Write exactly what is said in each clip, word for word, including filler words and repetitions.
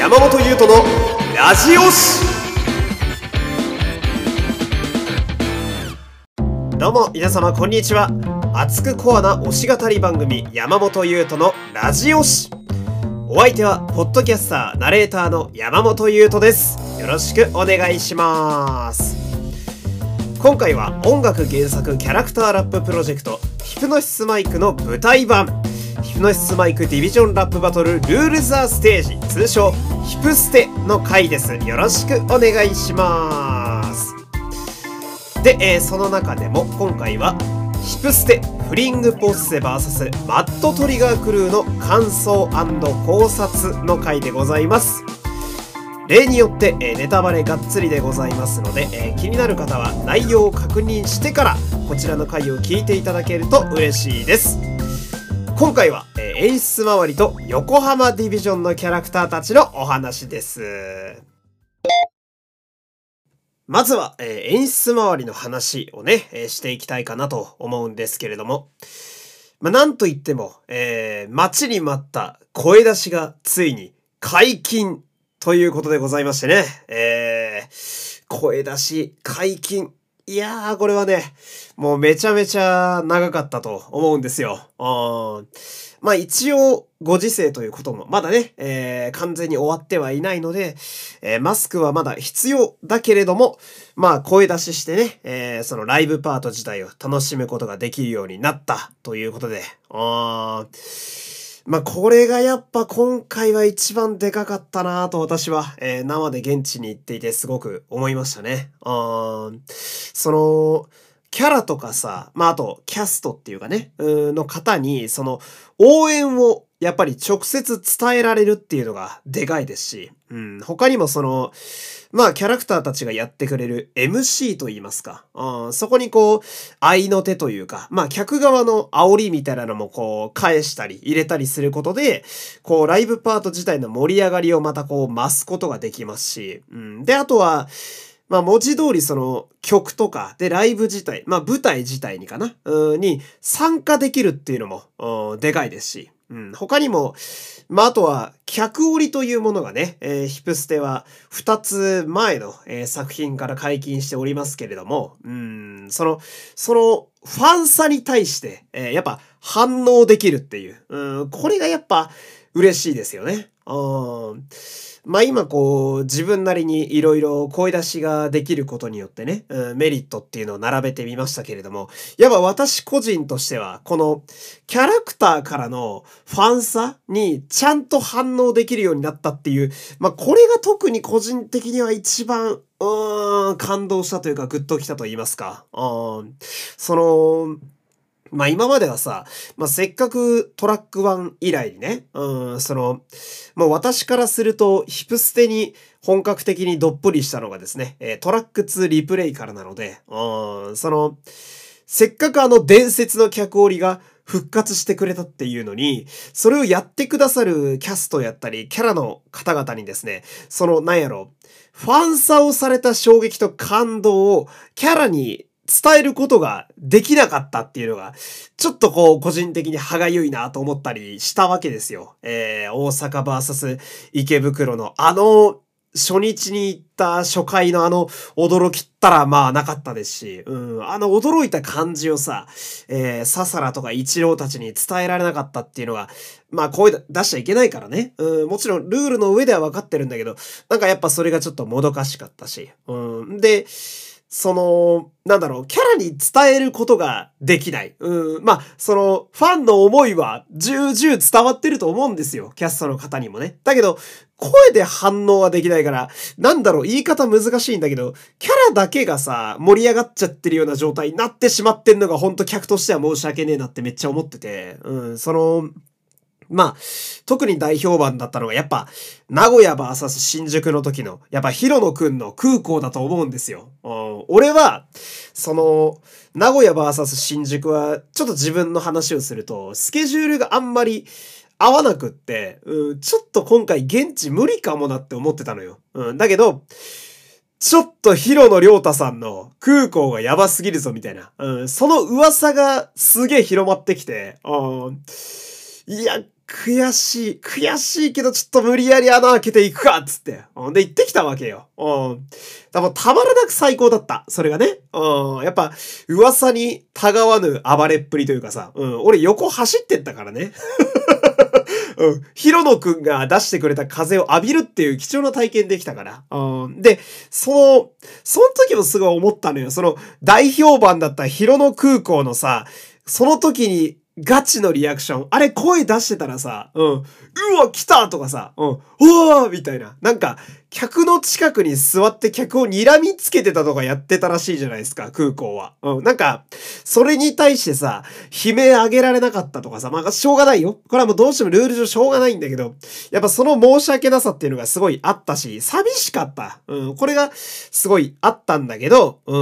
山本優斗のラジオシ。どうも皆様こんにちは。熱くコアな推し語り番組山本優斗のラジオシ。お相手はポッドキャスターナレーターの山本優斗です。よろしくお願いします。今回は音楽原作キャラクターラッププロジェクトヒプノシスマイクの舞台版ヒプノシスマイクディビジョンラップバトルルールザステージ、通称ヒプステの回です。よろしくお願いします。で、えー、その中でも今回はヒプステフリングポッセ ブイエス マッドトリガークルーの感想&考察の回でございます。例によって、えー、ネタバレがっつりでございますので、えー、気になる方は内容を確認してからこちらの回を聞いていただけると嬉しいです。今回は、えー、演出周りと横浜ディビジョンのキャラクターたちのお話です。まずは、えー、演出周りの話をね、えー、していきたいかなと思うんですけれども、まあ、なんといっても、えー、待ちに待った声出しがついに解禁ということでございましてね、えー、声出し解禁。いやー、これはね、もうめちゃめちゃ長かったと思うんですよ。あまあ一応、ご時世ということもまだね、えー、完全に終わってはいないので、えー、マスクはまだ必要だけれども、まあ声出ししてね、えー、そのライブパート自体を楽しむことができるようになったということで、あまあこれがやっぱ今回は一番でかかったなぁと私は、えー、生で現地に行っていてすごく思いましたね。あその、キャラとかさ、まああとキャストっていうかね、うーの方にその応援をやっぱり直接伝えられるっていうのがでかいですし、うん、他にもその、まあキャラクターたちがやってくれる エムシー と言いますか、うん、そこにこう、愛の手というか、まあ客側の煽りみたいなのもこう返したり入れたりすることで、こうライブパート自体の盛り上がりをまたこう増すことができますし、うん、で、あとは、まあ文字通りその曲とかでライブ自体、まあ舞台自体にかな、うん、に参加できるっていうのも、うん、でかいですし、うん、他にも、まあ、あとは、客折りというものがね、えー、ヒプステは二つ前の、えー、作品から解禁しておりますけれども、うん、その、その、ファンサに対して、えー、やっぱ反応できるっていう、うん、これがやっぱ嬉しいですよね。うん。まあ今こう自分なりにいろいろ声出しができることによってね、うん、メリットっていうのを並べてみましたけれども、やっぱ私個人としてはこのキャラクターからのファンサにちゃんと反応できるようになったっていう、まあこれが特に個人的には一番うーん感動したというかグッときたと言いますか。うん、そのまあ今まではさ、まあせっかくトラックワン以来にね、うん、その、もう私からするとヒプステに本格的にどっぷりしたのがですね、えー、トラックツーリプレイからなので、うん、その、せっかくあの伝説の客折りが復活してくれたっていうのに、それをやってくださるキャストやったり、キャラの方々にですね、その、なんやろ、ファンサをされた衝撃と感動をキャラに伝えることができなかったっていうのが、ちょっとこう、個人的に歯がゆいなと思ったりしたわけですよ。えー、大阪 ブイエス 池袋のあの、初日に行った初回のあの驚きったらまあなかったですし、うん、あの驚いた感じをさ、えー、ササラとかイチローたちに伝えられなかったっていうのが、まあ声出しちゃいけないからね。うん、もちろんルールの上では分かってるんだけど、なんかやっぱそれがちょっともどかしかったし、うん、で、その、なんだろう、キャラに伝えることができない。うん。まあ、その、ファンの思いは重々伝わってると思うんですよ。キャストの方にもね。だけど、声で反応はできないから、なんだろう、言い方難しいんだけど、キャラだけがさ、盛り上がっちゃってるような状態になってしまってんのが、ほんと客としては申し訳ねえなってめっちゃ思ってて。うん、その、まあ、特に大評判だったのが、やっぱ、名古屋 ブイエス 新宿の時の、やっぱ、広野くんの空港だと思うんですよ。うん、俺は、その、名古屋 ブイエス 新宿は、ちょっと自分の話をすると、スケジュールがあんまり合わなくって、うん、ちょっと今回現地無理かもなって思ってたのよ。うん、だけど、ちょっと広野亮太さんの空港がやばすぎるぞみたいな。うん、その噂がすげえ広まってきて、うん、いや、 悔しい。悔しいけどちょっと無理やり穴開けていくかっつって。うん、で、行ってきたわけよ。うん。多分たまらなく最高だった。それがね。うん。やっぱ、噂にたがわぬ暴れっぷりというかさ。うん。俺横走ってったからね。うん。ヒロノくんが出してくれた風を浴びるっていう貴重な体験できたから。うん。で、その、その時もすごい思ったのよ。その、大評判だったヒロノ空港のさ、その時に、ガチのリアクション。あれ声出してたらさ、うん。うわ、来たとかさ、うん。うわーみたいな。なんか、客の近くに座って客を睨みつけてたとかやってたらしいじゃないですか、空港は。うん。なんか、それに対してさ、悲鳴上げられなかったとかさ、まあ、しょうがないよ。これはもうどうしてもルール上しょうがないんだけど、やっぱその申し訳なさっていうのがすごいあったし、寂しかった。うん。これがすごいあったんだけど、うん。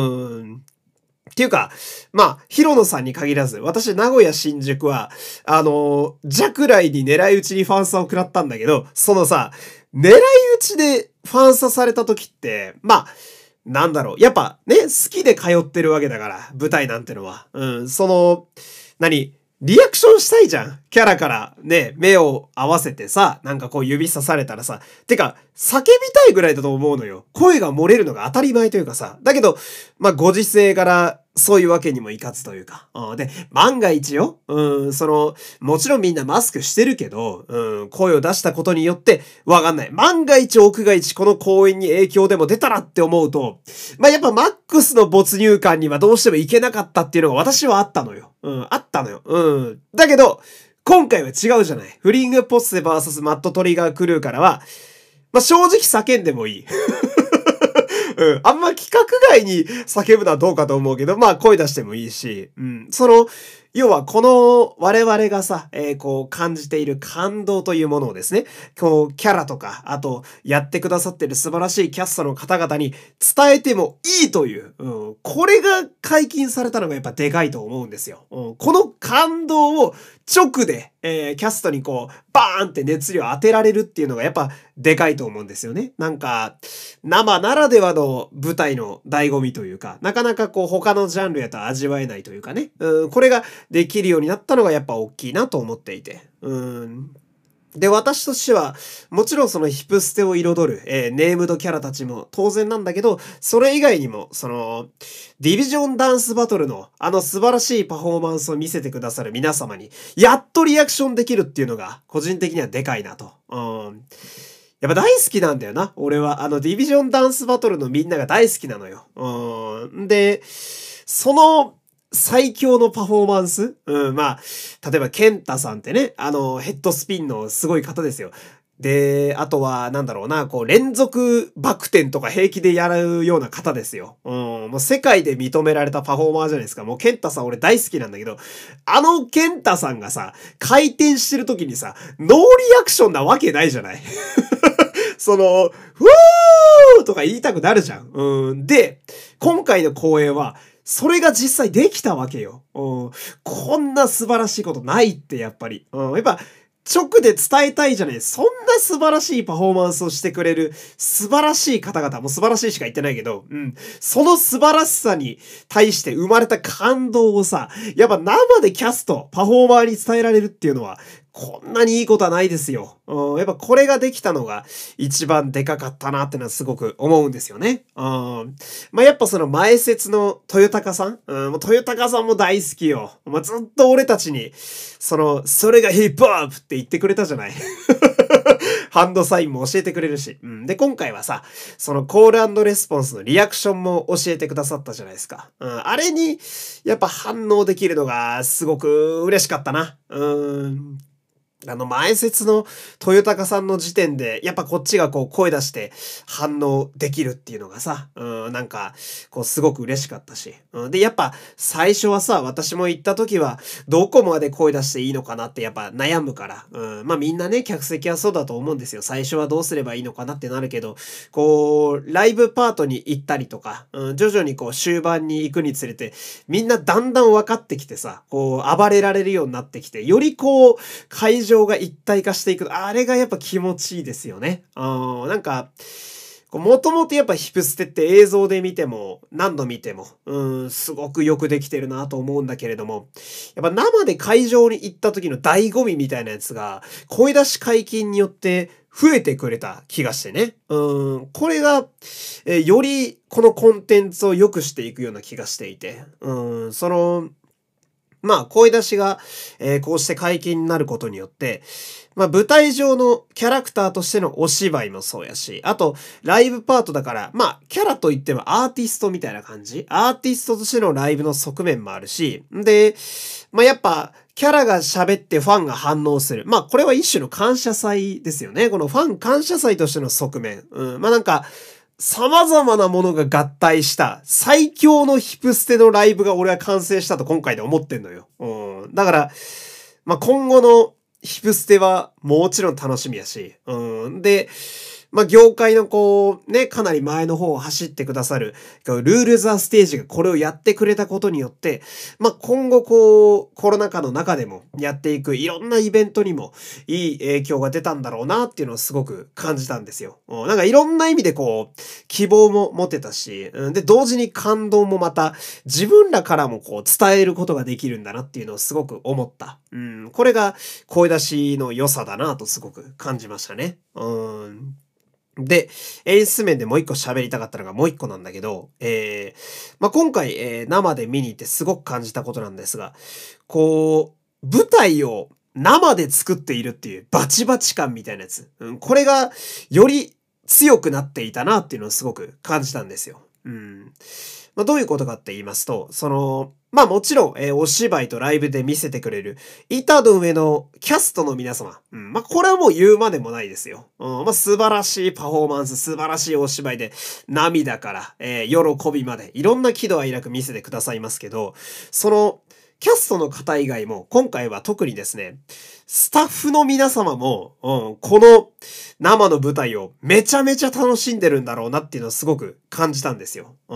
っていうか、まあ、広野さんに限らず、私、名古屋新宿は、あのー、弱来に狙い撃ちにファンサを食らったんだけど、そのさ、狙い撃ちでファンサされた時って、まあ、なんだろう、やっぱね、好きで通ってるわけだから、舞台なんてのは。うん、その、何リアクションしたいじゃん。キャラからね、目を合わせてさ、なんかこう指さされたらさ、てか、叫びたいぐらいだと思うのよ。声が漏れるのが当たり前というかさ。だけど、まあ、ご時世からそういうわけにもいかずというか。うん、で、万が一よ。うん、その、もちろんみんなマスクしてるけど、うん、声を出したことによって、わかんない。万が一屋外一この公演に影響でも出たらって思うと、まあ、やっぱマックスの没入感にはどうしてもいけなかったっていうのが私はあったのよ。うん、あったのよ。うん。だけど、今回は違うじゃない。フリングポッセ ブイエス マットトリガークルーからは、まあ、正直叫んでもいい。うん。あんま規格外に叫ぶのはどうかと思うけど、まあ声出してもいいし、うん。その、要はこの我々がさ、えー、こう感じている感動というものをですね、こうキャラとか、あとやってくださってる素晴らしいキャストの方々に伝えてもいいという、うん、これが解禁されたのがやっぱでかいと思うんですよ。うん、この感動を直で、えー、キャストにこう、バーンって熱量当てられるっていうのがやっぱでかいと思うんですよね。なんか、生ならではの舞台の醍醐味というか、なかなかこう他のジャンルやと味わえないというかね。うん、これができるようになったのがやっぱ大きいなと思っていて。うん。で、私としては、もちろんそのヒプステを彩る、えー、ネームドキャラたちも当然なんだけど、それ以外にも、その、ディビジョンダンスバトルのあの素晴らしいパフォーマンスを見せてくださる皆様に、やっとリアクションできるっていうのが、個人的にはでかいなと。うん。やっぱ大好きなんだよな。俺は、あの、ディビジョンダンスバトルのみんなが大好きなのよ。うん。で、その、最強のパフォーマンスうん、まあ、例えば、ケンタさんってね、あの、ヘッドスピンのすごい方ですよ。で、あとは、なんだろうな、こう、連続バク転とか平気でやるような方ですよ。うん、もう世界で認められたパフォーマーじゃないですか。もうケンタさん俺大好きなんだけど、あのケンタさんがさ、回転してる時にさ、ノーリアクションなわけないじゃないその、ふーとか言いたくなるじゃん。うん。で、今回の公演は、それが実際できたわけよ。うん。こんな素晴らしいことないってやっぱり。うん。やっぱ、直で伝えたいじゃない。そんな素晴らしいパフォーマンスをしてくれる素晴らしい方々、もう素晴らしいしか言ってないけど、うん。その素晴らしさに対して生まれた感動をさ、やっぱ生でキャスト、パフォーマーに伝えられるっていうのは、こんなにいいことはないですよ。うん、やっぱこれができたのが一番でかかったなってのはすごく思うんですよね。うん、まあ、やっぱその前説の豊高さん、うん、もう豊高さんも大好きよ。まあ、ずっと俺たちに、その、それがヒップホップって言ってくれたじゃない。ハンドサインも教えてくれるし。うん。で、今回はさ、そのコール&レスポンスのリアクションも教えてくださったじゃないですか。うん。あれに、やっぱ反応できるのがすごく嬉しかったな。うん。あの前説の豊高さんの時点で、やっぱこっちがこう声出して反応できるっていうのがさ、うん、なんか、こうすごく嬉しかったし。うん、で、やっぱ最初はさ、私も行った時は、どこまで声出していいのかなってやっぱ悩むから。うん、まあみんなね、客席はそうだと思うんですよ。最初はどうすればいいのかなってなるけど、こう、ライブパートに行ったりとか、うん、徐々にこう終盤に行くにつれて、みんなだんだん分かってきてさ、こう暴れられるようになってきて、よりこう、会場が一体化していく。あれがやっぱ気持ちいいですよね。あーなんか、 もともとやっぱヒプステって映像で見ても、何度見ても、うん、すごくよくできてるなと思うんだけれども、やっぱ生で会場に行った時の醍醐味みたいなやつが、声出し解禁によって増えてくれた気がしてね。うん、これが、えーよりこのコンテンツを良くしていくような気がしていて、うん、その、まあ、声出しが、えーこうして解禁になることによって、まあ、舞台上のキャラクターとしてのお芝居もそうやし、あと、ライブパートだから、まあ、キャラといってもアーティストみたいな感じ。アーティストとしてのライブの側面もあるし、で、まあ、やっぱ、キャラが喋ってファンが反応する。まあ、これは一種の感謝祭ですよね。このファン感謝祭としての側面。うん、まあ、なんか、様々なものが合体した最強のヒプステのライブが俺は完成したと今回で思ってんのよ。うん。だから、まあ、今後のヒプステはもちろん楽しみやし。うん。で、まあ、業界のこう、ね、かなり前の方を走ってくださる、ルールザステージがこれをやってくれたことによって、まあ、今後こう、コロナ禍の中でもやっていくいろんなイベントにもいい影響が出たんだろうなっていうのをすごく感じたんですよ。うん、なんかいろんな意味でこう、希望も持てたし、うん、で、同時に感動もまた自分らからもこう、伝えることができるんだなっていうのをすごく思った。うん、これが声出しの良さだなとすごく感じましたね。うんで、演出面でもう一個喋りたかったのがもう一個なんだけど、えー、まあ、今回、えー、生で見に行ってすごく感じたことなんですが、こう、舞台を生で作っているっていうバチバチ感みたいなやつ。うん、これがより強くなっていたなっていうのをすごく感じたんですよ。うん。まあ、どういうことかって言いますと、その、まあもちろん、えーお芝居とライブで見せてくれる、板の上のキャストの皆様。うん、まあこれはもう言うまでもないですよ。うん、まあ素晴らしいパフォーマンス、素晴らしいお芝居で、涙から、えー喜びまで、いろんな喜怒哀楽見せてくださいますけど、その、キャストの方以外も、今回は特にですね、スタッフの皆様も、うん、この生の舞台をめちゃめちゃ楽しんでるんだろうなっていうのをすごく感じたんですよ。うん、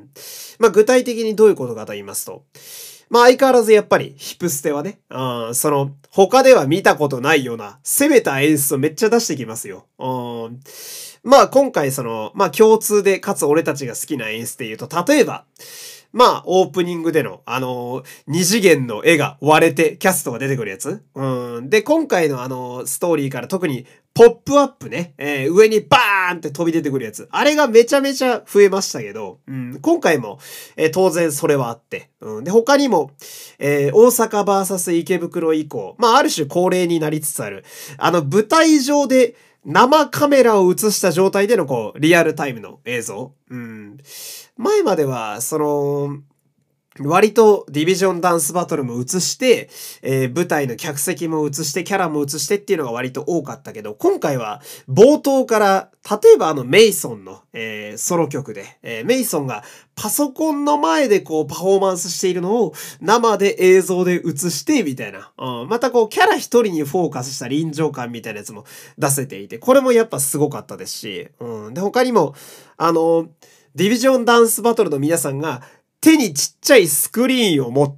まあ具体的にどういうことかと言いますと、まあ相変わらずやっぱりヒプステはね、うん、その他では見たことないような攻めた演出をめっちゃ出してきますよ。うん、まあ今回その、まあ共通でかつ俺たちが好きな演出で言うと、例えば、まあ、オープニングでの、あのー二次元の絵が割れてキャストが出てくるやつ。うん。で、今回のあのーストーリーから特に、ポップアップね、えー上にバーンって飛び出てくるやつ。あれがめちゃめちゃ増えましたけど、うん、今回も、えー当然それはあって。うん、で、他にも、えー大阪 ブイエス 池袋以降、まあ、ある種恒例になりつつある、あの、舞台上で、生カメラを映した状態でのこう、リアルタイムの映像。うん。前までは、その、割とディビジョンダンスバトルも映して、えー舞台の客席も映して、キャラも映してっていうのが割と多かったけど、今回は冒頭から、例えばあのメイソンの、えーソロ曲で、えーメイソンがパソコンの前でこうパフォーマンスしているのを生で映像で映して、みたいな。うん、またこうキャラ一人にフォーカスした臨場感みたいなやつも出せていて、これもやっぱすごかったですし、うん、で他にも、あの、ディビジョンダンスバトルの皆さんが、手にちっちゃいスクリーンを持って、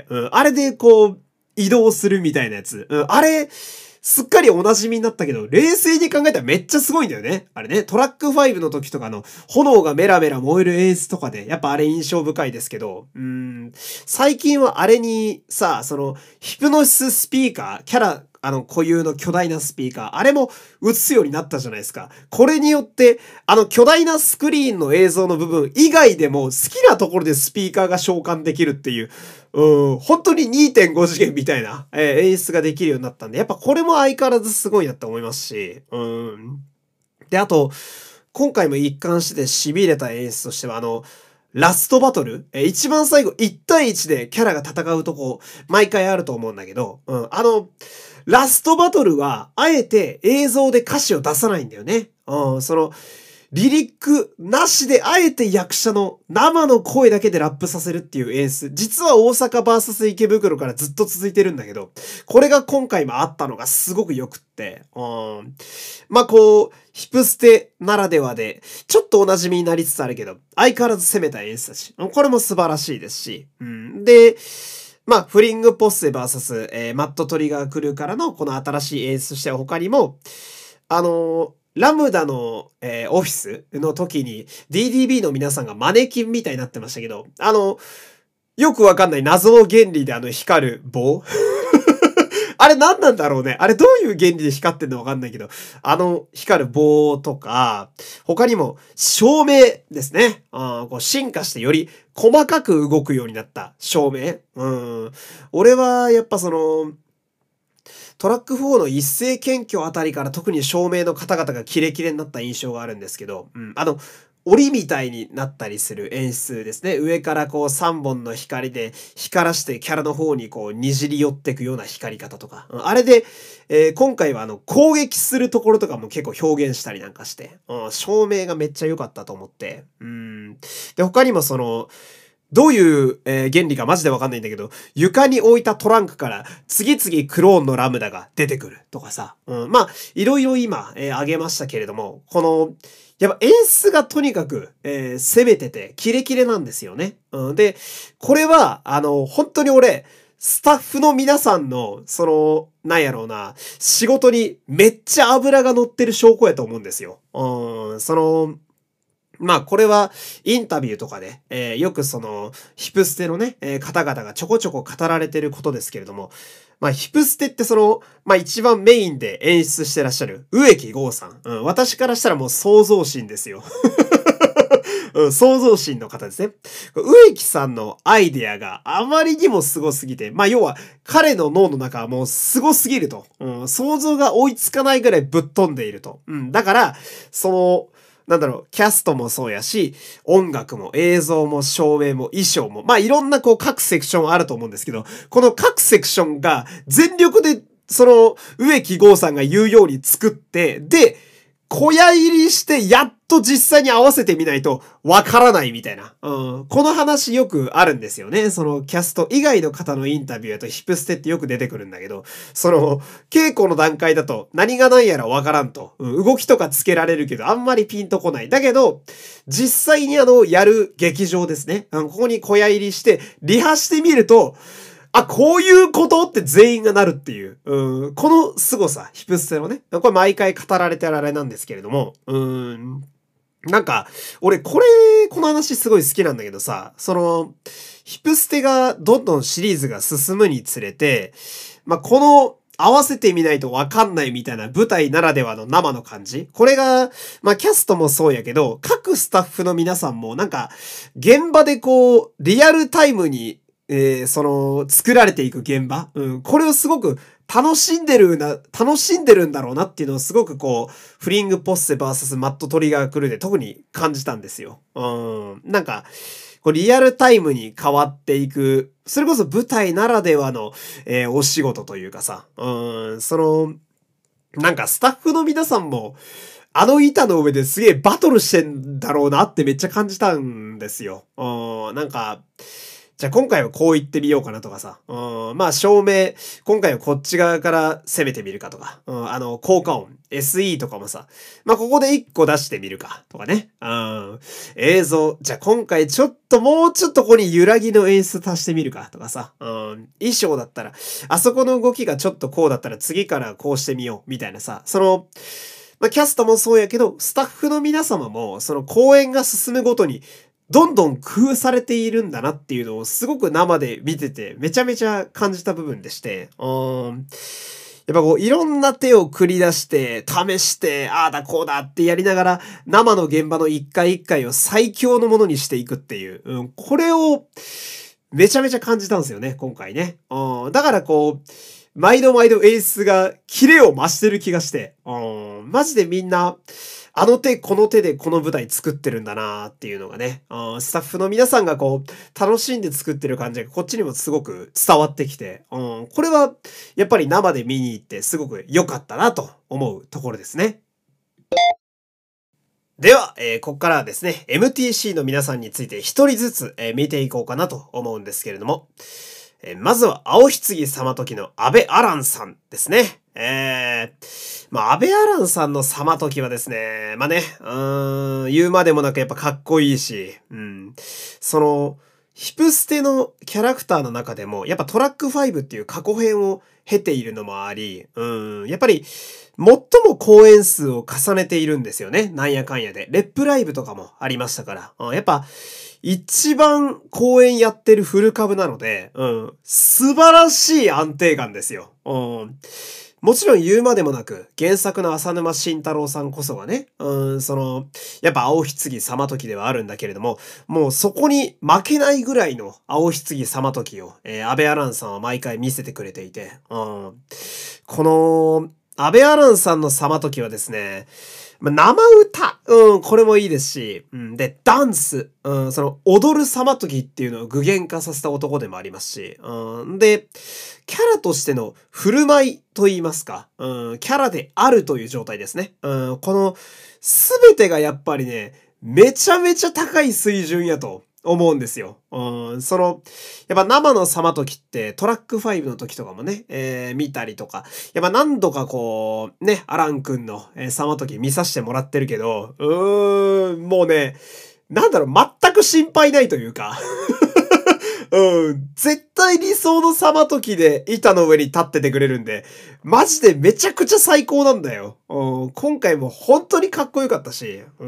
うん、あれでこう、移動するみたいなやつ。うん、あれ、すっかりお馴染みになったけど、冷静に考えたらめっちゃすごいんだよね。あれね、トラックファイブの時とかの炎がメラメラ燃える演出とかで、やっぱあれ印象深いですけど、うーん、最近はあれにさ、その、ヒプノシススピーカー、キャラ、あの固有の巨大なスピーカー、あれも映すようになったじゃないですか。これによって、あの巨大なスクリーンの映像の部分以外でも好きなところでスピーカーが召喚できるっていう、うん、本当に にてんご 次元みたいな、えー演出ができるようになったんで、やっぱこれも相変わらずすごいなって思いますし、うん。で、あと、今回も一貫して痺れた演出としては、あの、ラストバトルえー一番最後いち対いちでキャラが戦うとこ、毎回あると思うんだけど、うん、あの、ラストバトルは、あえて映像で歌詞を出さないんだよね。うん、その、リリックなしであえて役者の生の声だけでラップさせるっていう演出。実は大阪 ブイエス 池袋からずっと続いてるんだけど、これが今回もあったのがすごく良くって。うん、まあ、こう、ヒプステならではで、ちょっとお馴染みになりつつあるけど、相変わらず攻めた演出だし、これも素晴らしいですし。うん、で、まあ、フリングポッセ ブイエス、えーマットトリガークルーからのこの新しい演出としては他にも、あのーラムダの、えーオフィスの時に ディーディービー の皆さんがマネキンみたいになってましたけど、あの、よくわかんない謎の原理であの光る棒あれ何なんだろうね。あれどういう原理で光ってんのわかんないけど、あの光る棒とか、他にも照明ですね。あーこう進化してより細かく動くようになった照明。うん。俺はやっぱその、トラックフォーの一斉検挙あたりから特に照明の方々がキレキレになった印象があるんですけど、うん、あの、檻みたいになったりする演出ですね。上からこうさんぼんの光で光らしてキャラの方にこうにじり寄っていくような光り方とか。うん、あれで、えー今回はあの攻撃するところとかも結構表現したりなんかして、うん、照明がめっちゃ良かったと思って。うん、で、他にもその、どういう、えー原理かマジでわかんないんだけど、床に置いたトランクから次々クローンのラムダが出てくるとかさ。うん、まあ、いろいろ今、えー、挙げましたけれども、この、やっぱ演出がとにかく、えー攻めてて、キレキレなんですよね。うん、で、これは、あの、本当に俺、スタッフの皆さんの、その、なんやろうな、仕事にめっちゃ油が乗ってる証拠やと思うんですよ。うん、その、まあこれはインタビューとかで、えーよくそのヒプステのね、えー方々がちょこちょこ語られてることですけれども、まあヒプステってその、まあ一番メインで演出してらっしゃる植木剛さん。うん、私からしたらもう創造神ですよ。うん、創造神の方ですね。植木さんのアイデアがあまりにも凄すぎて、まあ要は彼の脳の中はもう凄すぎると。うん、想像が追いつかないぐらいぶっ飛んでいると。うん、だから、その、なんだろう、キャストもそうやし、音楽も映像も照明も衣装も、まあいろんなこう各セクションあると思うんですけど、この各セクションが全力で、その植木剛さんが言うように作って、で、小屋入りしてやっと実際に合わせてみないとわからないみたいな。うん。この話よくあるんですよね。そのキャスト以外の方のインタビューやとヒプステってよく出てくるんだけど、その稽古の段階だと何が何やらわからんと、うん。動きとかつけられるけどあんまりピンとこない。だけど、実際にあの、やる劇場ですね。うん、ここに小屋入りしてリハしてみると、あ、こういうことって全員がなるっていう。うん、この凄さ、ヒプステのね。これ毎回語られてるあれなんですけれども。うん。なんか、俺これ、この話すごい好きなんだけどさ、その、ヒプステがどんどんシリーズが進むにつれて、まあ、この、合わせてみないとわかんないみたいな舞台ならではの生の感じ。これが、まあ、キャストもそうやけど、各スタッフの皆さんもなんか、現場でこう、リアルタイムにえーその、作られていく現場、うん、これをすごく楽しんでるな、楽しんでるんだろうなっていうのをすごくこう、フリングポッセ ブイエス マットトリガークルーで特に感じたんですよ。うん、なんか、こうリアルタイムに変わっていく、それこそ舞台ならではの、えーお仕事というかさ、うん、その、なんかスタッフの皆さんも、あの板の上ですげえバトルしてんだろうなってめっちゃ感じたんですよ。うん、なんか、じゃあ今回はこう言ってみようかなとかさ。うん、まあ照明、今回はこっち側から攻めてみるかとか。うん、あの、効果音、エスイー とかもさ。まあここで一個出してみるかとかね。うん、映像、じゃあ今回ちょっともうちょっとここに揺らぎの演出足してみるかとかさ。うん、衣装だったら、あそこの動きがちょっとこうだったら次からこうしてみようみたいなさ。その、まあ、キャストもそうやけど、スタッフの皆様も、その公演が進むごとに、どんどん工夫されているんだなっていうのをすごく生で見てて、めちゃめちゃ感じた部分でして、うーん。やっぱこう、いろんな手を繰り出して、試して、ああだこうだってやりながら、生の現場の一回一回を最強のものにしていくっていう、うん、これを、めちゃめちゃ感じたんですよね、今回ね。うん、だからこう、毎度毎度演出がキレを増してる気がして、うん、マジでみんな、あの手この手でこの舞台作ってるんだなーっていうのがね、うん、スタッフの皆さんがこう、楽しんで作ってる感じがこっちにもすごく伝わってきて、うん、これはやっぱり生で見に行ってすごく良かったなと思うところですね。では、えーここからはですね、エムティーシー の皆さんについて一人ずつ、えー見ていこうかなと思うんですけれども、えーまずは、青棺様時の安倍アランさんですね。えー、まあ、安倍アランさんの様時はですね、まあね、うーん、言うまでもなくやっぱかっこいいし、うん、その、 ヒプステのキャラクターの中でも、やっぱトラックファイブっていう過去編を経ているのもあり、うん、やっぱり、最も公演数を重ねているんですよね。なんやかんやで。レップライブとかもありましたから。うん、やっぱ、一番公演やってるフル株なので、うん、素晴らしい安定感ですよ。うん、もちろん言うまでもなく、原作の浅沼慎太郎さんこそがね、うん、その、やっぱ青棺様時ではあるんだけれども、もうそこに負けないぐらいの青棺様時を、えー、安倍アランさんは毎回見せてくれていて、うん、この、安倍アランさんの様時はですね、まあ、生歌、うん、これもいいですし、うん、で、ダンス、うん、その、踊る様時っていうのを具現化させた男でもありますし、うん、で、キャラとしての振る舞いと言いますか、うん、キャラであるという状態ですね。うん、この、すべてがやっぱりね、めちゃめちゃ高い水準やと思うんですよ。うん、その、やっぱ生の様時ってトラックファイブの時とかもね、えー、見たりとか、やっぱ何度かこう、ね、アランくんの、えー、様時見させてもらってるけど、うーん、もうね、なんだろう、全く心配ないというか、うん、絶対理想の様時で板の上に立っててくれるんで、マジでめちゃくちゃ最高なんだよ。うん、今回も本当にかっこよかったし、うん、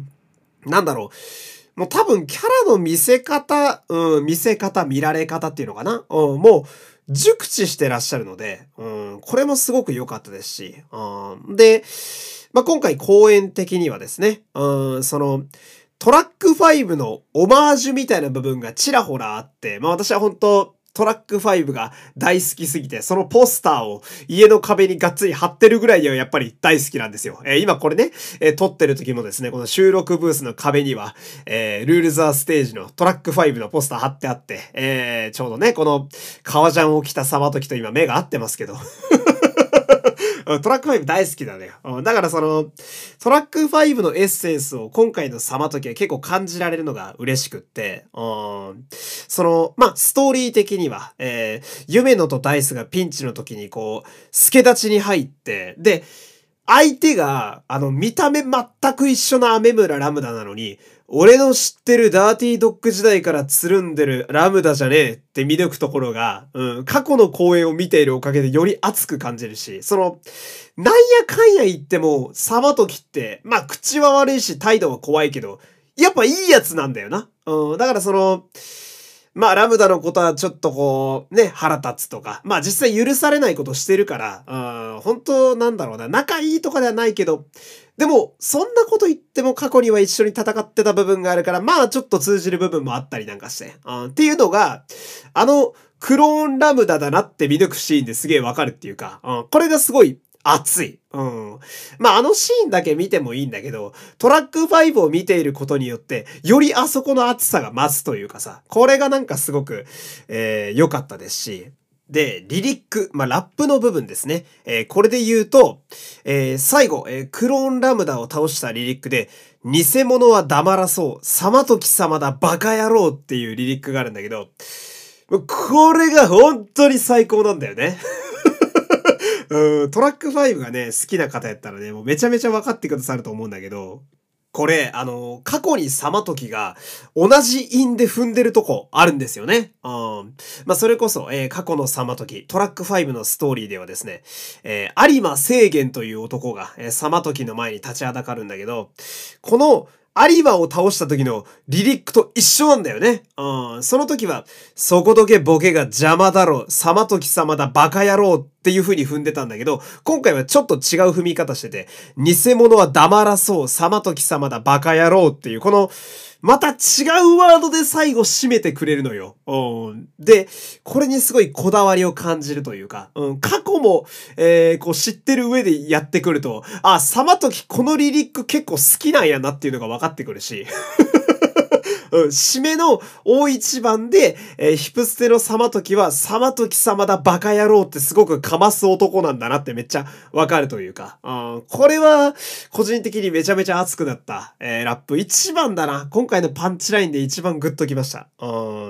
なんだろう。もう多分キャラの見せ方、うん、見せ方、見られ方っていうのかな、うん、もう熟知してらっしゃるので、うん、これもすごく良かったですし、うん、で、まあ、今回公演的にはですね、うん、その、トラックファイブのオマージュみたいな部分がちらほらあって、まあ私は本当トラックファイブが大好きすぎて、そのポスターを家の壁にがっつり貼ってるぐらいにはやっぱり大好きなんですよ。えー、今これね、えー、撮ってる時もですね、この収録ブースの壁には、えー、ルールザーステージのトラックファイブのポスター貼ってあって、えー、ちょうどね、この革ジャンを着た様時と今目が合ってますけど。トラックファイブ大好きだね。だからその、トラックファイブのエッセンスを今回の様時は結構感じられるのが嬉しくって、その、まあ、ストーリー的には、えー、夢野とダイスがピンチの時にこう、助立ちに入って、で、相手が、あの、見た目全く一緒なアメ村ラムダなのに、俺の知ってるダーティードッグ時代からつるんでるラムダじゃねえって見抜くところが、うん、過去の公演を見ているおかげでより熱く感じるし、その、なんやかんや言っても、様時って、まあ、口は悪いし態度は怖いけど、やっぱいいやつなんだよな。うん、だからその、まあ、ラムダのことはちょっとこう、ね、腹立つとか、まあ実際許されないことしてるから、うん、本当なんだろうな、仲いいとかではないけど、でも、そんなこと言っても過去には一緒に戦ってた部分があるから、まあちょっと通じる部分もあったりなんかして、うん、っていうのが、あの、クローンラムダだなって見抜くシーンですげえわかるっていうか、うん、これがすごい熱い。うん。まあ、あのシーンだけ見てもいいんだけど、トラックファイブを見ていることによって、よりあそこの熱さが増すというかさ、これがなんかすごく、えー、良かったですし、で、リリック、まあ、ラップの部分ですね。えー、これで言うと、えー、最後、えー、クローンラムダを倒したリリックで、偽物は黙らそう、様時様だバカ野郎っていうリリックがあるんだけど、これが本当に最高なんだよね。うん、トラックファイブがね、好きな方やったらね、もうめちゃめちゃ分かってくださると思うんだけど、これ、あの、過去に様時が同じ韻で踏んでるとこあるんですよね。うん。まあ、それこそ、えー、過去の様時、トラックファイブのストーリーではですね、えー、有馬清源という男が、えー、様時の前に立ちはだかるんだけど、この、有馬を倒した時のリリックと一緒なんだよね。うん。その時は、そこどけボケが邪魔だろ、様時様だバカ野郎っていう風に踏んでたんだけど、今回はちょっと違う踏み方してて、偽物は黙らそう、様時様だバカ野郎っていう、この、また違うワードで最後締めてくれるのよ。うん。で、これにすごいこだわりを感じるというか、うん、過去も、えー、こう知ってる上でやってくると、あ、様時このリリック結構好きなんやなっていうのが分かってくるし。うん、締めの大一番で、えー、ヒプステの様時は、様時様だバカ野郎ってすごくかます男なんだなってめっちゃわかるというか、うん、これは、個人的にめちゃめちゃ熱くなった、えー、ラップ一番だな。今回のパンチラインで一番グッときました。うん、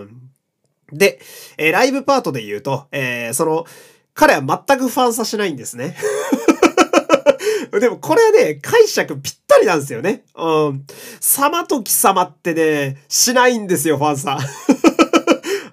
で、えー、ライブパートで言うと、えー、その、彼は全くファンサしないんですね。でもこれはね、解釈ぴったりなんですよね。うん。様時様ってね、しないんですよ、ファンさん。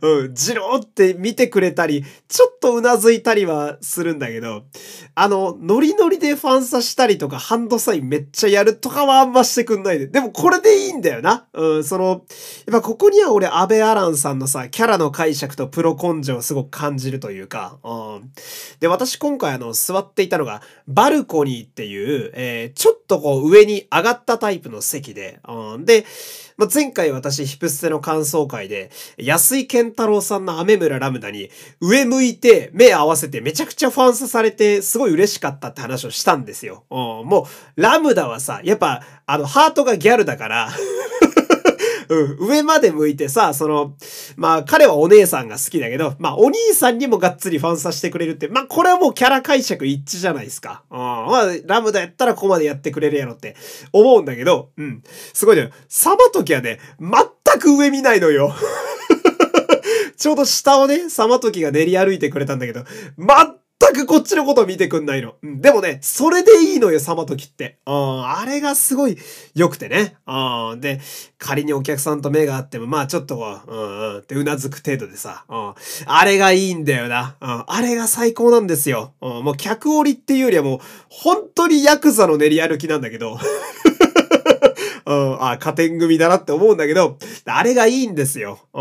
うん、じろーって見てくれたり、ちょっとうなずいたりはするんだけど、あの、ノリノリでファンサしたりとか、ハンドサインめっちゃやるとかはあんましてくんないで。でもこれでいいんだよな。うん、その、やっぱここには俺、安倍アランさんのさ、キャラの解釈とプロ根性をすごく感じるというか、うん。で、私今回あの、座っていたのが、バルコニーっていう、えー、ちょっとこう上に上がったタイプの席で、うん、で、まあ、前回私ヒプステの感想会で、安井健太郎さんの雨村ラムダに上向いて目合わせてめちゃくちゃファンサされてすごい嬉しかったって話をしたんですよ。うん、もう、ラムダはさ、やっぱあのハートがギャルだからうん、上まで向いてさ、その、まあ彼はお姉さんが好きだけど、まあお兄さんにもがっつりファンさせてくれるって、まあこれはもうキャラ解釈一致じゃないですか。うん、まあラムダやったらここまでやってくれるやろって思うんだけど、うん。すごいね。サマトキはね、全く上見ないのよ。ちょうど下をね、サマトキが練り歩いてくれたんだけど、全くこっちのこと見てくんないの。うん、でもね、それでいいのよ、サマトキって。うん、あれがすごい良くてね。うん、で、仮にお客さんと目があっても、まあちょっとこう、うんうんってうなずく程度でさ、うん、あれがいいんだよな。うん、あれが最高なんですよ。うん、もう客降りっていうよりはもう、本当にヤクザの練り歩きなんだけど。うん、あ、加点組だなって思うんだけど、あれがいいんですよ。うん、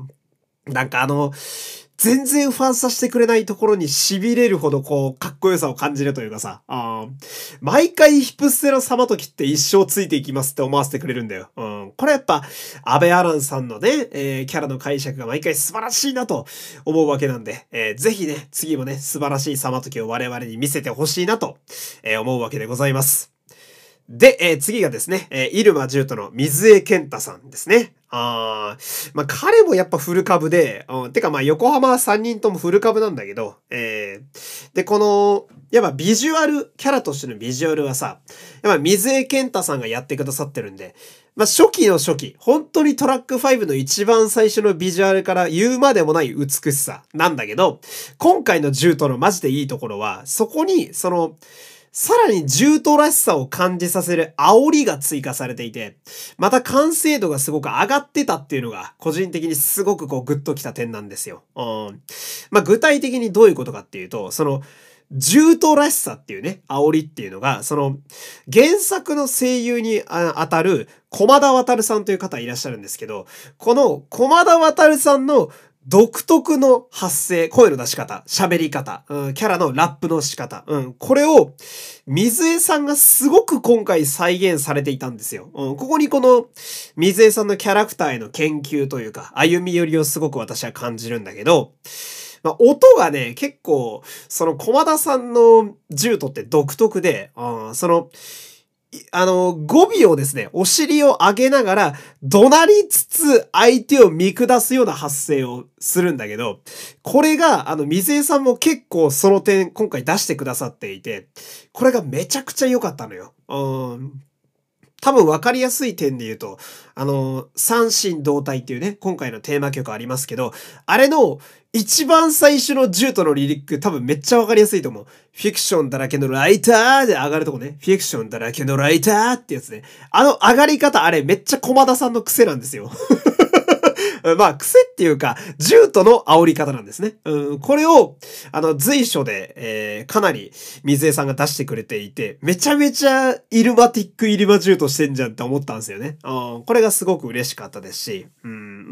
なんかあの、全然ファンさせてくれないところに痺れるほどこう、かっこよさを感じるというかさ、あ毎回ヒプステの様時って一生ついていきますって思わせてくれるんだよ。うん、これやっぱ、安倍アランさんのね、えー、キャラの解釈が毎回素晴らしいなと思うわけなんで、えー、ぜひね、次もね、素晴らしい様時を我々に見せてほしいなと、えー、思うわけでございます。で、えー、次がですね、えー、イルマジュートの水江健太さんですね。あー、まあ、彼もやっぱフル株で、うん、てかまあ横浜はさんにんともフル株なんだけど、えー、で、この、やっぱビジュアル、キャラとしてのビジュアルはさ、やっぱ水江健太さんがやってくださってるんで、まあ、初期の初期、本当にトラックファイブの一番最初のビジュアルから言うまでもない美しさなんだけど、今回のジュートのマジでいいところは、そこに、その、さらにジュートらしさを感じさせる煽りが追加されていて、また完成度がすごく上がってたっていうのが、個人的にすごくこうグッときた点なんですよ。うん。まあ、具体的にどういうことかっていうと、その、ジュートらしさっていうね、煽りっていうのが、その、原作の声優にあたる、駒田渡さんという方いらっしゃるんですけど、この駒田渡さんの独特の発声、声の出し方、喋り方、うん、キャラのラップの仕方、うん、これを、水江さんがすごく今回再現されていたんですよ。うん、ここにこの、水江さんのキャラクターへの研究というか、歩み寄りをすごく私は感じるんだけど、まあ、音がね、結構、その駒田さんのジュートって独特で、うん、その、あの、語尾をですね、お尻を上げながら、怒鳴りつつ相手を見下すような発声をするんだけど、これが、あの、水江さんも結構その点、今回出してくださっていて、これがめちゃくちゃ良かったのよ。うん。多分分かりやすい点で言うと、あの、三神同体っていうね、今回のテーマ曲ありますけど、あれの一番最初のジュートのリリック多分めっちゃ分かりやすいと思う。フィクションだらけのライターで上がるとこね。フィクションだらけのライターってやつね。あの上がり方あれめっちゃ駒田さんの癖なんですよ。まあ、癖っていうか、ジュートの煽り方なんですね。うん、これを、あの、随所で、えー、かなり、水江さんが出してくれていて、めちゃめちゃ、イルマティックイルマジュートしてんじゃんって思ったんですよね。うん、これがすごく嬉しかったですし、うん。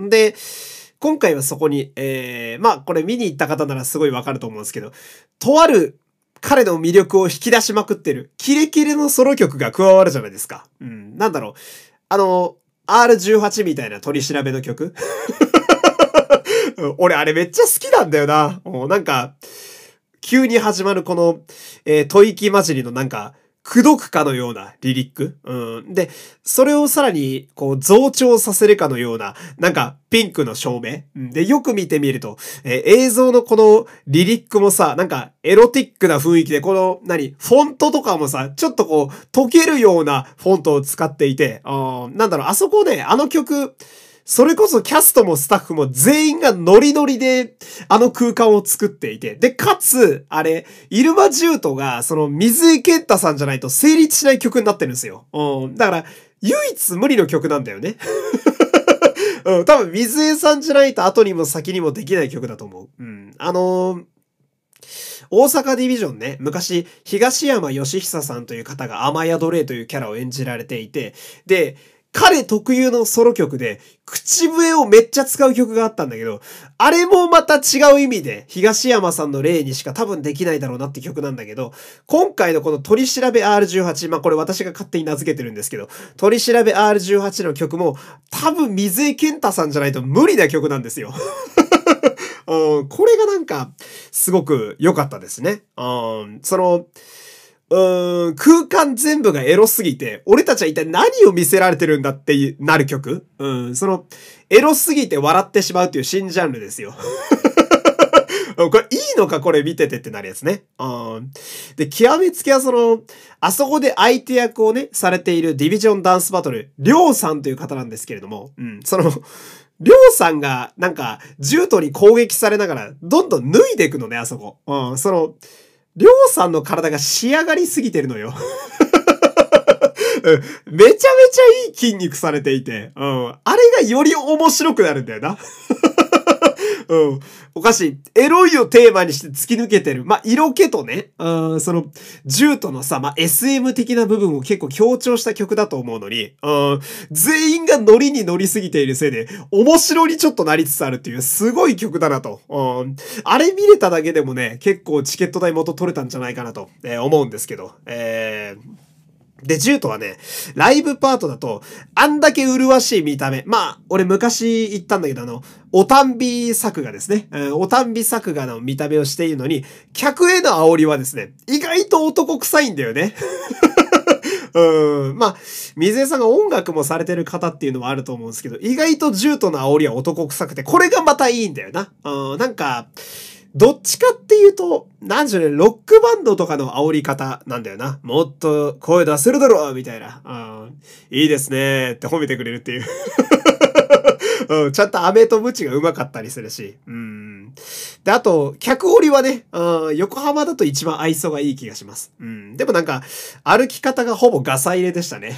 で、今回はそこに、えー、まあ、これ見に行った方ならすごいわかると思うんですけど、とある、彼の魅力を引き出しまくってる、キレキレのソロ曲が加わるじゃないですか。うん、なんだろう。あの、アールじゅうはち みたいな取り調べの曲俺あれめっちゃ好きなんだよな。なんか、急に始まるこの、えー、吐息混じりのなんか、口説くかのようなリリック。うん。で、それをさらに、こう、増長させるかのような、なんか、ピンクの照明。で、よく見てみると、えー、映像のこのリリックもさ、なんか、エロティックな雰囲気で、この、何、フォントとかもさ、ちょっとこう、溶けるようなフォントを使っていて、あなんだろう、あそこね、あの曲、それこそキャストもスタッフも全員がノリノリであの空間を作っていて。で、かつ、あれ、イルマジュートがその水井健太さんじゃないと成立しない曲になってるんですよ。うん。だから、唯一無二の曲なんだよね。 うん、多分水江さんじゃないと後にも先にもできない曲だと思う。うん。あのー、大阪ディビジョンね、昔、東山義久さんという方が雨宿れというキャラを演じられていて、で、彼特有のソロ曲で、口笛をめっちゃ使う曲があったんだけど、あれもまた違う意味で、東山さんの例にしか多分できないだろうなって曲なんだけど、今回のこの取り調べ アールじゅうはち、まあこれ私が勝手に名付けてるんですけど、取り調べ アールじゅうはち の曲も、多分水江健太さんじゃないと無理な曲なんですよ。うん、これがなんか、すごく良かったですね。うん、その、うーん、空間全部がエロすぎて、俺たちは一体何を見せられてるんだってなる曲。うん、その、エロすぎて笑ってしまうっていう新ジャンルですよ。これいいのかこれ見ててってなるやつね。うん。で、極めつけはその、あそこで相手役をね、されているディビジョンダンスバトル、りょうさんという方なんですけれども、うん、その、りょうさんが、なんか、ジュートに攻撃されながら、どんどん脱いでいくのね、あそこ。うん、その、りょうさんの体が仕上がりすぎてるのよ。めちゃめちゃいい筋肉されていて、うん。あれがより面白くなるんだよな。うん。おかしい。エロいをテーマにして突き抜けてる。まあ、色気とね、うん、その、ジュートのさ、まあ、エスエム 的な部分を結構強調した曲だと思うのに、うん、全員がノリに乗りすぎているせいで、面白にちょっとなりつつあるっていう、すごい曲だなと。うん、あれ見れただけでもね、結構チケット代元取れたんじゃないかなと、えー、思うんですけど、えーで、ジュートはね、ライブパートだと、あんだけ麗しい見た目。まあ、俺昔言ったんだけど、あの、おたんび作画ですね。うん、おたんび作画の見た目をしているのに、客への煽りはですね、意外と男臭いんだよね。うん。まあ、水江さんが音楽もされてる方っていうのもあると思うんですけど、意外とジュートの煽りは男臭くて、これがまたいいんだよな。うん、なんか、どっちかっていうと、なんじゃね、ロックバンドとかの煽り方なんだよな。もっと声出せるだろみたいな。うん、いいですねって褒めてくれるっていう。うん、ちゃんと飴とムチが上手かったりするし。うん。で、あと、客降りはね、うん、横浜だと一番愛想がいい気がします。うん。でもなんか、歩き方がほぼガサ入れでしたね。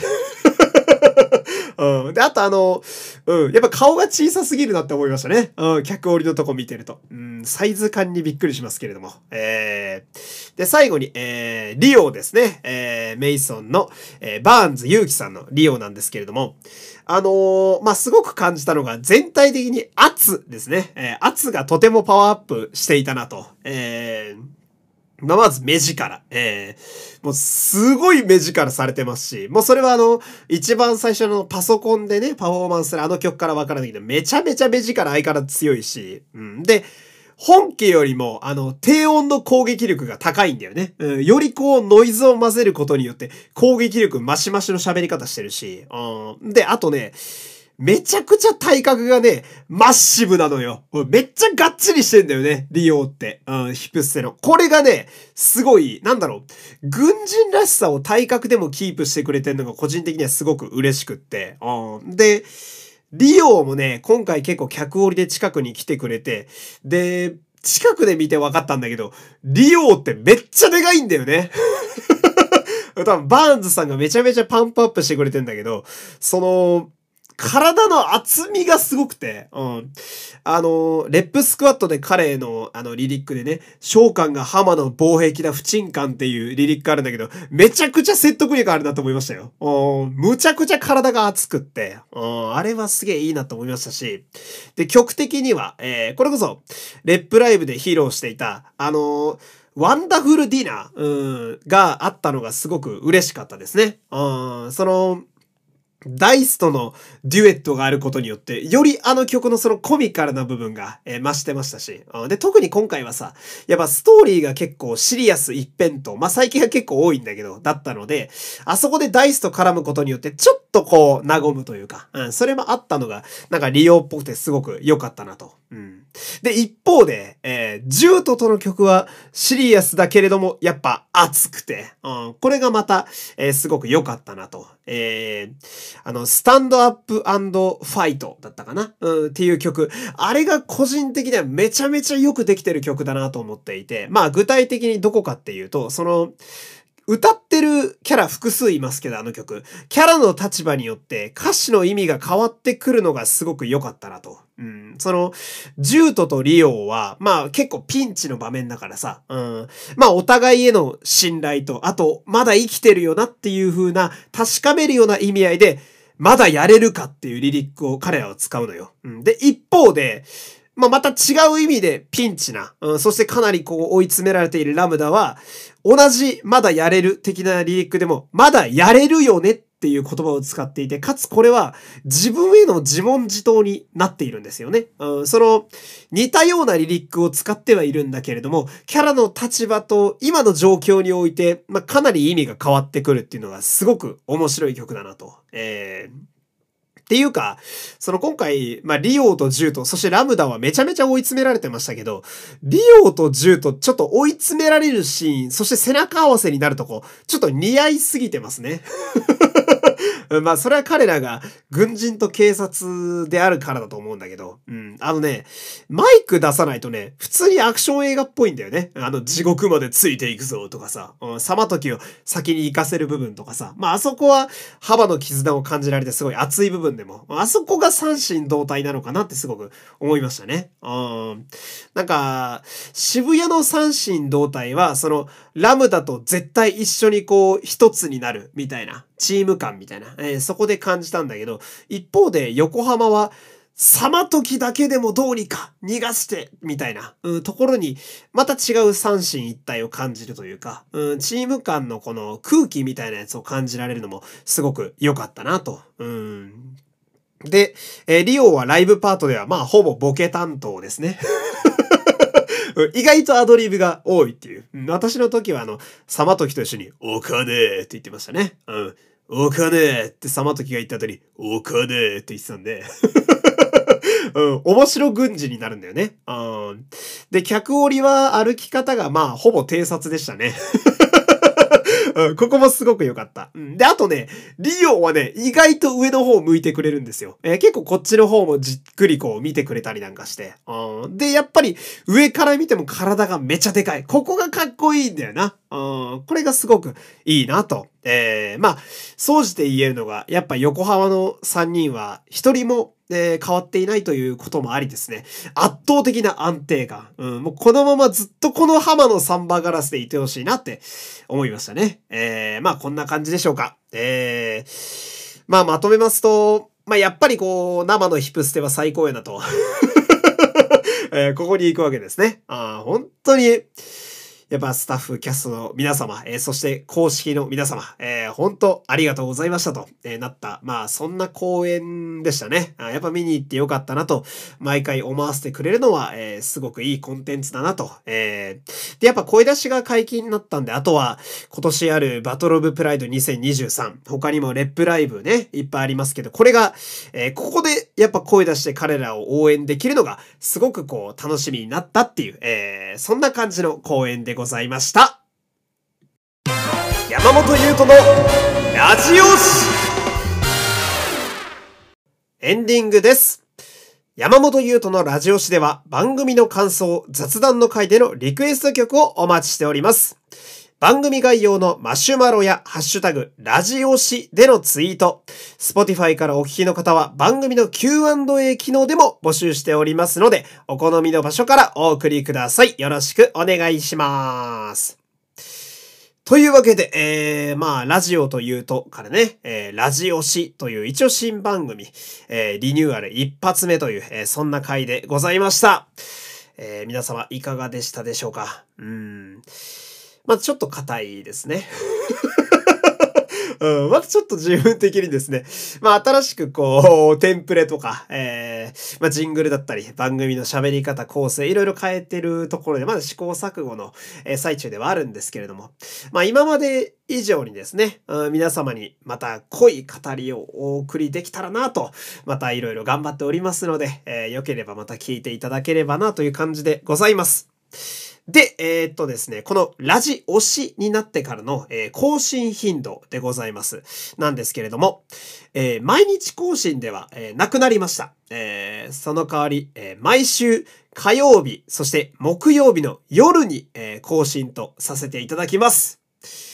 うん。で、あとあの、うん。やっぱ顔が小さすぎるなって思いましたね。うん。客降りのとこ見てると。うん。サイズ感にびっくりしますけれども。えー、で、最後に、えー、リオですね。えー、メイソンの、えー、バーンズユウキさんのリオなんですけれども。あのー、まあ、すごく感じたのが全体的に圧ですね。えー、圧がとてもパワーアップしていたなと。えー、まあ、まず目力。えー、もうすごい目力されてますし、もうそれはあの、一番最初のパソコンでね、パフォーマンスするあの曲からわからないけど、めちゃめちゃ目力相変わらず強いし、うん。で、本家よりも、あの、低音の攻撃力が高いんだよね。うん、よりこう、ノイズを混ぜることによって、攻撃力マシマシの喋り方してるし、うん。で、あとね、めちゃくちゃ体格がね、マッシブなのよ。めっちゃがっちりしてんだよね、リオって。うん、ヒプステの。これがね、すごい、なんだろう。軍人らしさを体格でもキープしてくれてるのが個人的にはすごく嬉しくって。うん、で、リオもね、今回結構客降りで近くに来てくれて、で、近くで見て分かったんだけど、リオってめっちゃでかいんだよね。多分、バーンズさんがめちゃめちゃパンプアップしてくれてんだけど、その、体の厚みがすごくて、うん。あの、レップスクワットで彼の、あの、リリックでね、召喚が浜の防壁だ不沈感っていうリリックあるんだけど、めちゃくちゃ説得力あるなと思いましたよ。うん。むちゃくちゃ体が熱くって、うん。あれはすげえいいなと思いましたし、で、曲的には、えー、これこそ、レップライブで披露していた、あのワンダフルディナー、うん、があったのがすごく嬉しかったですね。うん、その、ダイスとのデュエットがあることによって、よりあの曲のそのコミカルな部分が、えー、増してましたし。で、特に今回はさ、やっぱストーリーが結構シリアス一辺と、まあ、最近は結構多いんだけど、だったので、あそこでダイスと絡むことによって、ちょっとこう、和むというか、うん、それもあったのが、なんか利用っぽくてすごく良かったなと。うん。で、一方で、えー、ジュートとの曲はシリアスだけれども、やっぱ熱くて、うん、これがまた、えー、すごく良かったなと。えーあの、スタンドアップ&ファイトだったかな、うん、っていう曲。あれが個人的にはめちゃめちゃよくできてる曲だなと思っていて、まあ具体的にどこかっていうと、その、 歌ってるキャラ複数いますけど、あの曲。キャラの立場によって歌詞の意味が変わってくるのがすごく良かったなと。うん。その、ジュートとリオは、まあ結構ピンチの場面だからさ、うん。まあお互いへの信頼と、あと、まだ生きてるよなっていう風な、確かめるような意味合いで、まだやれるかっていうリリックを彼らは使うのよ。うん。で、一方で、まあ、また違う意味でピンチな、うん、そしてかなりこう追い詰められているラムダは、同じまだやれる的なリリックでも、まだやれるよねっていう言葉を使っていて、かつこれは自分への自問自答になっているんですよね。うん、その似たようなリリックを使ってはいるんだけれども、キャラの立場と今の状況において、まあ、かなり意味が変わってくるっていうのがすごく面白い曲だなと。えーっていうか、その今回、まあ、リオとジュート、そしてラムダはめちゃめちゃ追い詰められてましたけど、リオとジュートちょっと追い詰められるシーン、そして背中合わせになるとこ、ちょっと似合いすぎてますね。まあ、それは彼らが軍人と警察であるからだと思うんだけど、うん。あのね、マイク出さないとね、普通にアクション映画っぽいんだよね。あの、地獄までついていくぞとかさ、うん、サマトキを先に行かせる部分とかさ、まあ、あそこは幅の絆を感じられてすごい熱い部分でも、あそこが三心同体なのかなってすごく思いましたね。うん。なんか、渋谷の三心同体は、その、ラムダと絶対一緒にこう、一つになるみたいな、チーム感みたいな、えー、そこで感じたんだけど、一方で横浜は、サマトキだけでもどうにか逃がして、みたいな、うん、ところに、また違う三心一体を感じるというか、うん、チーム間のこの空気みたいなやつを感じられるのもすごく良かったなと。うん。で、えー、リオはライブパートではまあほぼボケ担当ですね。意外とアドリブが多いっていう。私の時はあの、サマトキと一緒に、お金って言ってましたね。うん。お金ってサマトキが言った後に、お金って言ってたんで。うん、面白軍事になるんだよね。うん。で、客降りは歩き方がまあ、ほぼ偵察でしたね。うん、ここもすごく良かった。うん、で、あとね、リオはね、意外と上の方向いてくれるんですよ。えー、結構こっちの方もじっくりこう見てくれたりなんかして。うん、で、やっぱり上から見ても体がめちゃでかい。ここがかっこいいんだよな。うん、これがすごくいいなと。えー、まあ、総じて言えるのが、やっぱ横浜のさんにんは一人もえー、変わっていないということもありですね。圧倒的な安定感。うん、もうこのままずっとこの浜のサンバガラスでいてほしいなって思いましたね。えー、まあこんな感じでしょうか。えー、まあまとめますと、まあやっぱりこう、生のヒプステは最高やなと。えー、ここに行くわけですね。あ本当に、やっぱスタッフ、キャストの皆様、えー、そして公式の皆様、えー、本当ありがとうございましたと、えー、なった。まあ、そんな公演でしたね。あやっぱ見に行ってよかったなと、毎回思わせてくれるのは、えー、すごくいいコンテンツだなと。えー、で、やっぱ声出しが解禁になったんで、あとは今年あるバトルオブプライドにせんにじゅうさん、他にもレップライブね、いっぱいありますけど、これが、えー、ここでやっぱ声出して彼らを応援できるのが、すごくこう、楽しみになったっていう、えー、そんな感じの公演でございました。山本優斗のラジオ誌エンディングです。山本優斗のラジオ誌では番組の感想、雑談の回でのリクエスト曲をお待ちしております。番組概要のマシュマロやハッシュタグ、ラジオ誌でのツイート、Spotify からお聞きの方は番組の キューアンドエー 機能でも募集しておりますので、お好みの場所からお送りください。よろしくお願いします。というわけで、えー、まあ、ラジオというとからね、えー、ラジオ誌という一応新番組、えー、リニューアル一発目という、えー、そんな回でございました。えー、皆様いかがでしたでしょうか。うーん。まあ、ちょっと硬いですね。うん、またちょっと自分的にですね、まあ新しくこう、テンプレとか、えー、まあジングルだったり、番組の喋り方、構成、いろいろ変えてるところで、まだ試行錯誤の、えー、最中ではあるんですけれども、まあ今まで以上にですね、うん、皆様にまた濃い語りをお送りできたらなと、またいろいろ頑張っておりますので、えー、良ければまた聞いていただければなという感じでございます。で、えー、っとですね、このラジ推しになってからの、えー、更新頻度でございます。なんですけれども、えー、毎日更新では、えー、なくなりました。えー、その代わり、えー、毎週火曜日、そして木曜日の夜に、えー、更新とさせていただきます。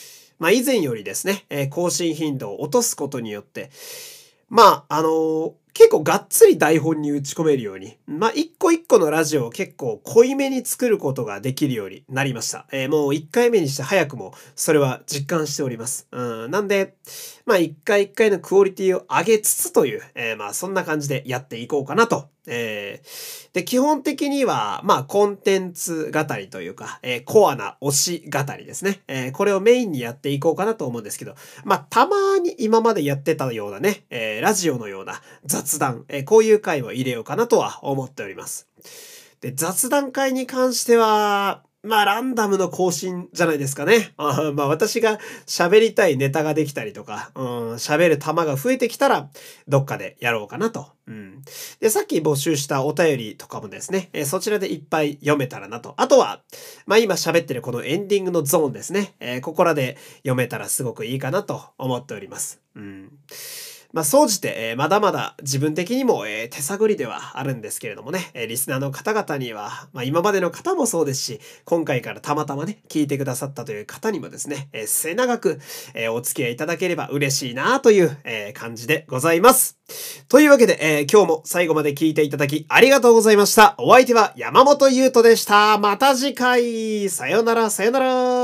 まあ以前よりですね、えー更新頻度を落とすことによって、まあ、あのー結構がっつり台本に打ち込めるように、まあ、一個一個のラジオを結構濃いめに作ることができるようになりました。えーもう一回目にして早くもそれは実感しております。うん、なんで、まあ一回一回のクオリティを上げつつという、えーまあそんな感じでやっていこうかなと。えーで、基本的には、まあコンテンツ語りというか、えーコアな推し語りですね。えーこれをメインにやっていこうかなと思うんですけど、まあたまに今までやってたようなね、えーラジオのような雑談、えーこういう回を入れようかなとは思っております。で、雑談会に関しては、まあ、ランダムの更新じゃないですかね。あーまあ、私が喋りたいネタができたりとか、うん、喋る玉が増えてきたら、どっかでやろうかなと。うん。で、さっき募集したお便りとかもですね、えーそちらでいっぱい読めたらなと。あとは、まあ、今喋ってるこのエンディングのゾーンですね。えーここらで読めたらすごくいいかなと思っております。うん。まあ、総じて、えーまだまだ自分的にも、えー手探りではあるんですけれどもね、えーリスナーの方々には、まあ、今までの方もそうですし、今回からたまたまね、聞いてくださったという方にもですね、えー末永く、えーお付き合いいただければ嬉しいなという、えー感じでございます。というわけで、えー今日も最後まで聞いていただきありがとうございました。お相手は山本優斗でした。また次回、さよならさよなら。